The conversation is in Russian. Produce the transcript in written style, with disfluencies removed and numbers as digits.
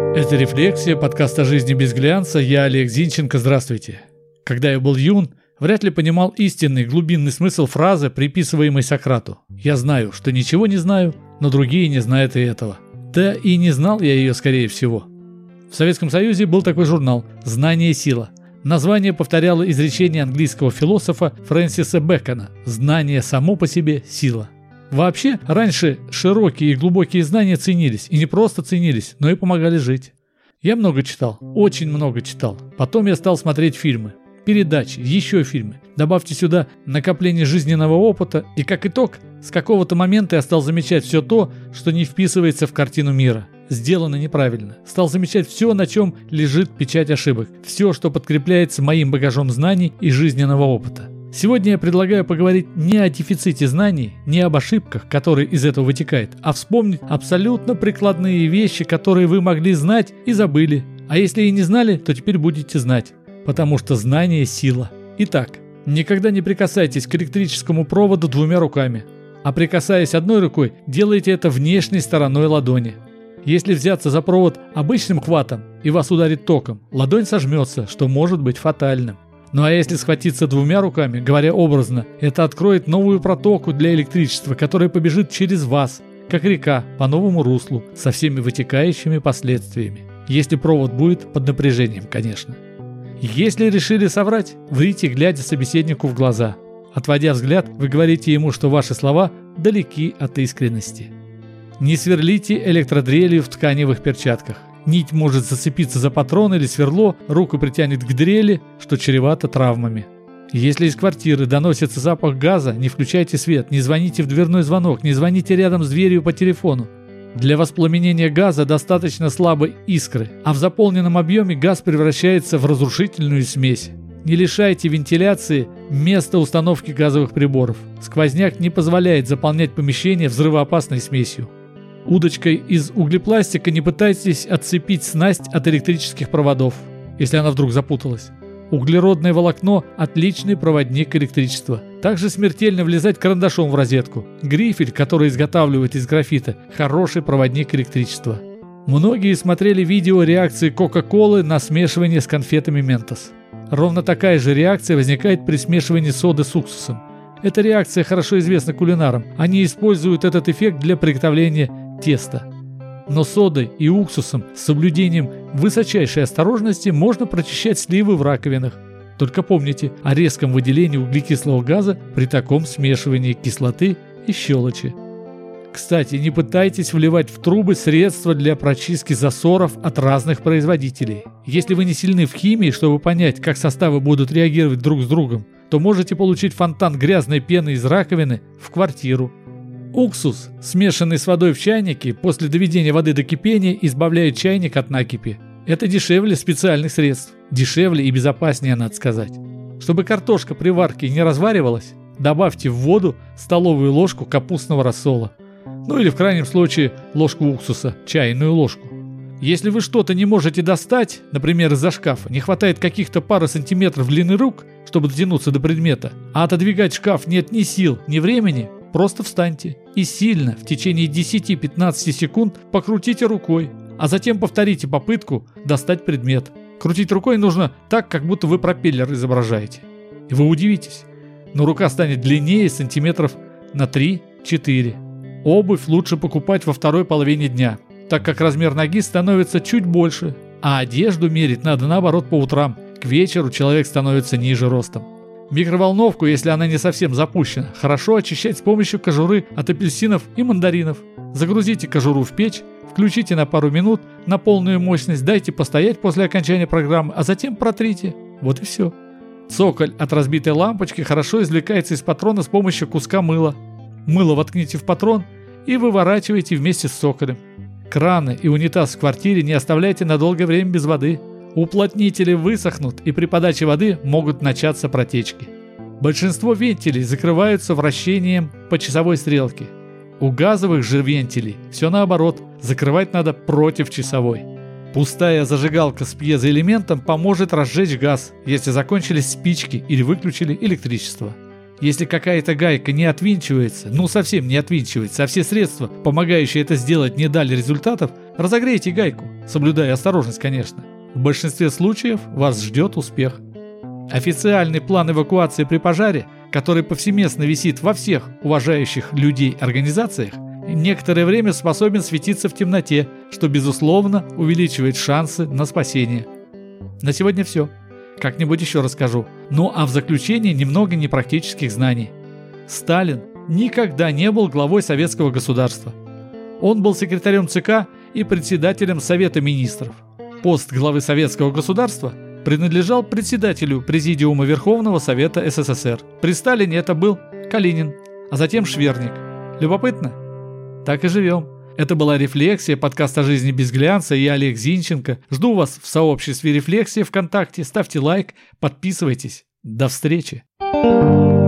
Это «Рефлексия», подкаст о жизни без глянца. Я Олег Зинченко. Здравствуйте. Когда я был юн, вряд ли понимал истинный глубинный смысл фразы, приписываемой Сократу. «Я знаю, что ничего не знаю, но другие не знают и этого». Да и не знал я ее, скорее всего. В Советском Союзе был такой журнал «Знание – сила». Название повторяло изречение английского философа Фрэнсиса Бэкона «Знание само по себе – сила». Вообще, раньше широкие и глубокие знания ценились, и не просто ценились, но и помогали жить. Я много читал, очень много читал. Потом я стал смотреть фильмы, передачи, еще фильмы. Добавьте сюда накопление жизненного опыта, и как итог, с какого-то момента я стал замечать все то, что не вписывается в картину мира. Сделано неправильно. Стал замечать все, на чем лежит печать ошибок. Все, что подкрепляется моим багажом знаний и жизненного опыта. Сегодня я предлагаю поговорить не о дефиците знаний, не об ошибках, которые из этого вытекают, а вспомнить абсолютно прикладные вещи, которые вы могли знать и забыли. А если и не знали, то теперь будете знать, потому что знание – сила. Итак, никогда не прикасайтесь к электрическому проводу двумя руками, а прикасаясь одной рукой, делайте это внешней стороной ладони. Если взяться за провод обычным хватом и вас ударит током, ладонь сожмется, что может быть фатальным. Ну а если схватиться двумя руками, говоря образно, это откроет новую протоку для электричества, которая побежит через вас, как река, по новому руслу, со всеми вытекающими последствиями. Если провод будет под напряжением, конечно. Если решили соврать, врите, глядя собеседнику в глаза. Отводя взгляд, вы говорите ему, что ваши слова далеки от искренности. Не сверлите электродрелью в тканевых перчатках. Нить может зацепиться за патрон или сверло, руку притянет к дрели, что чревато травмами. Если из квартиры доносится запах газа, не включайте свет, не звоните в дверной звонок, не звоните рядом с дверью по телефону. Для воспламенения газа достаточно слабой искры, а в заполненном объеме газ превращается в разрушительную смесь. Не лишайте вентиляции места установки газовых приборов. Сквозняк не позволяет заполнять помещение взрывоопасной смесью. Удочкой из углепластика не пытайтесь отцепить снасть от электрических проводов, если она вдруг запуталась. Углеродное волокно – отличный проводник электричества. Также смертельно влезать карандашом в розетку. Грифель, который изготавливают из графита – хороший проводник электричества. Многие смотрели видео реакции Кока-Колы на смешивание с конфетами Ментос. Ровно такая же реакция возникает при смешивании соды с уксусом. Эта реакция хорошо известна кулинарам. Они используют этот эффект для приготовления теста. Но содой и уксусом с соблюдением высочайшей осторожности можно прочищать сливы в раковинах. Только помните о резком выделении углекислого газа при таком смешивании кислоты и щелочи. Кстати, не пытайтесь вливать в трубы средства для прочистки засоров от разных производителей. Если вы не сильны в химии, чтобы понять, как составы будут реагировать друг с другом, то можете получить фонтан грязной пены из раковины в квартиру. Уксус, смешанный с водой в чайнике, после доведения воды до кипения избавляет чайник от накипи. Это дешевле специальных средств. Дешевле и безопаснее, надо сказать. Чтобы картошка при варке не разваривалась, добавьте в воду столовую ложку капустного рассола. Ну или в крайнем случае ложку уксуса, чайную ложку. Если вы что-то не можете достать, например, из-за шкафа, не хватает каких-то пары сантиметров длины рук, чтобы дотянуться до предмета, а отодвигать шкаф нет ни сил, ни времени, просто встаньте и сильно в течение 10-15 секунд покрутите рукой, а затем повторите попытку достать предмет. Крутить рукой нужно так, как будто вы пропеллер изображаете. И вы удивитесь, но рука станет длиннее сантиметров на 3-4. Обувь лучше покупать во второй половине дня, так как размер ноги становится чуть больше, а одежду мерить надо наоборот по утрам. К вечеру человек становится ниже ростом. Микроволновку, если она не совсем запущена, хорошо очищать с помощью кожуры от апельсинов и мандаринов. Загрузите кожуру в печь, включите на пару минут на полную мощность, дайте постоять после окончания программы, а затем протрите. Вот и все. Цоколь от разбитой лампочки хорошо извлекается из патрона с помощью куска мыла. Мыло воткните в патрон и выворачивайте вместе с цоколем. Краны и унитаз в квартире не оставляйте на долгое время без воды. Уплотнители высохнут, и при подаче воды могут начаться протечки. Большинство вентилей закрываются вращением по часовой стрелке. У газовых же вентилей все наоборот, закрывать надо против часовой. Пустая зажигалка с пьезоэлементом поможет разжечь газ, если закончились спички или выключили электричество. Если какая-то гайка не отвинчивается, совсем не отвинчивается, а все средства, помогающие это сделать, не дали результатов, Разогрейте гайку, соблюдая осторожность, конечно. В большинстве случаев вас ждет успех. Официальный план эвакуации при пожаре, который повсеместно висит во всех уважающих людей организациях, некоторое время способен светиться в темноте, что, безусловно, увеличивает шансы на спасение. На сегодня все. Как-нибудь еще расскажу. Ну а в заключение немного непрактических знаний. Сталин никогда не был главой советского государства. Он был секретарем ЦК и председателем Совета министров. Пост главы советского государства принадлежал председателю Президиума Верховного Совета СССР. При Сталине это был Калинин, а затем Шверник. Любопытно? Так и живем. Это была «Рефлексия», подкаст о жизни без глянца. Я Олег Зинченко. Жду вас в сообществе «Рефлексия» ВКонтакте. Ставьте лайк, подписывайтесь. До встречи.